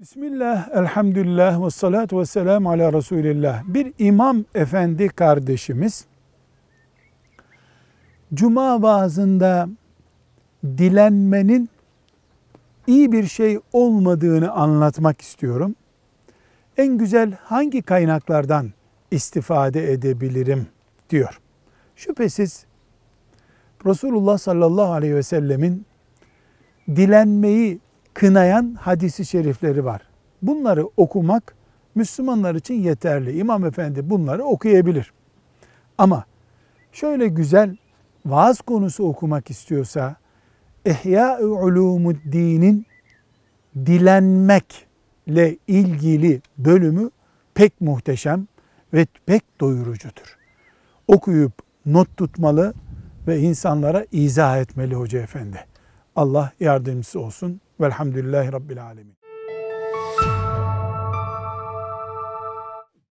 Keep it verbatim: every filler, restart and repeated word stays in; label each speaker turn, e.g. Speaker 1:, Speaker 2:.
Speaker 1: Bismillah, elhamdülillah ve salatu ve selamu ala Resulillah. Bir imam efendi kardeşimiz, Cuma vaazında dilenmenin iyi bir şey olmadığını anlatmak istiyorum. En güzel hangi kaynaklardan istifade edebilirim diyor. Şüphesiz Resulullah sallallahu aleyhi ve sellemin dilenmeyi kınayan hadisi şerifleri var. Bunları okumak Müslümanlar için yeterli. İmam efendi bunları okuyabilir. Ama şöyle güzel vaaz konusu okumak istiyorsa İhya-i Ulumuddin'in dilenmekle ilgili bölümü pek muhteşem ve pek doyurucudur. Okuyup not tutmalı ve insanlara izah etmeli hoca efendi. Allah yardımcısı olsun. Velhamdülillahi Rabbil Alemin.